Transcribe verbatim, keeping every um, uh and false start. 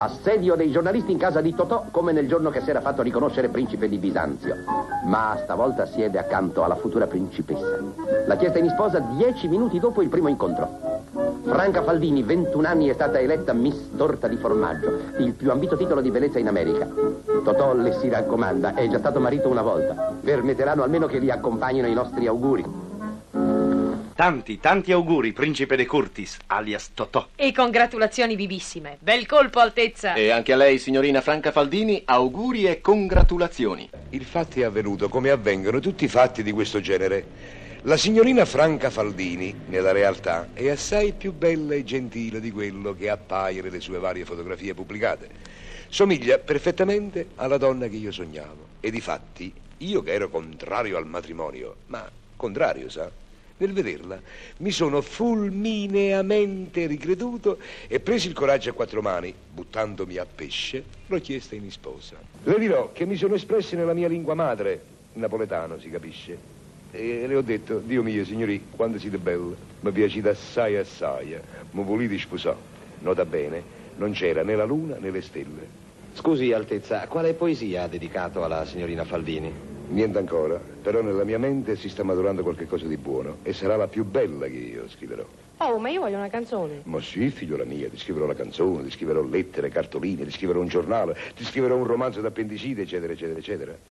Assedio dei giornalisti in casa di Totò, come nel giorno che si era fatto riconoscere principe di Bisanzio. Ma stavolta siede accanto alla futura principessa. L'ha chiesta in sposa dieci minuti dopo il primo incontro. Franca Faldini, ventuno anni, è stata eletta Miss Torta di Formaggio, il più ambito titolo di bellezza in America. Totò le si raccomanda, è già stato marito una volta. Permetteranno almeno che li accompagnino i nostri auguri. Tanti, tanti auguri, principe De Curtis, alias Totò. E congratulazioni vivissime. Bel colpo, Altezza. E anche a lei, signorina Franca Faldini, auguri e congratulazioni. Il fatto è avvenuto come avvengono tutti i fatti di questo genere. La signorina Franca Faldini, nella realtà, è assai più bella e gentile di quello che appaia nelle sue varie fotografie pubblicate. Somiglia perfettamente alla donna che io sognavo. E difatti, io che ero contrario al matrimonio, ma contrario, sa? Nel vederla mi sono fulmineamente ricreduto e presi il coraggio a quattro mani, buttandomi a pesce, l'ho chiesta in sposa. Le dirò che mi sono espressi nella mia lingua madre, napoletano, si capisce. E le ho detto: Dio mio, signori, quando siete bella, mi piacete assai assai, mi volete sposare. Nota bene, non c'era né la luna né le stelle. Scusi, Altezza, quale poesia ha dedicato alla signorina Faldini? Niente ancora, però nella mia mente si sta maturando qualche cosa di buono e sarà la più bella che io scriverò. Oh, ma io voglio una canzone. Ma sì, figliola mia, ti scriverò la canzone, ti scriverò lettere, cartoline, ti scriverò un giornale, ti scriverò un romanzo d'appendicite, eccetera, eccetera, eccetera.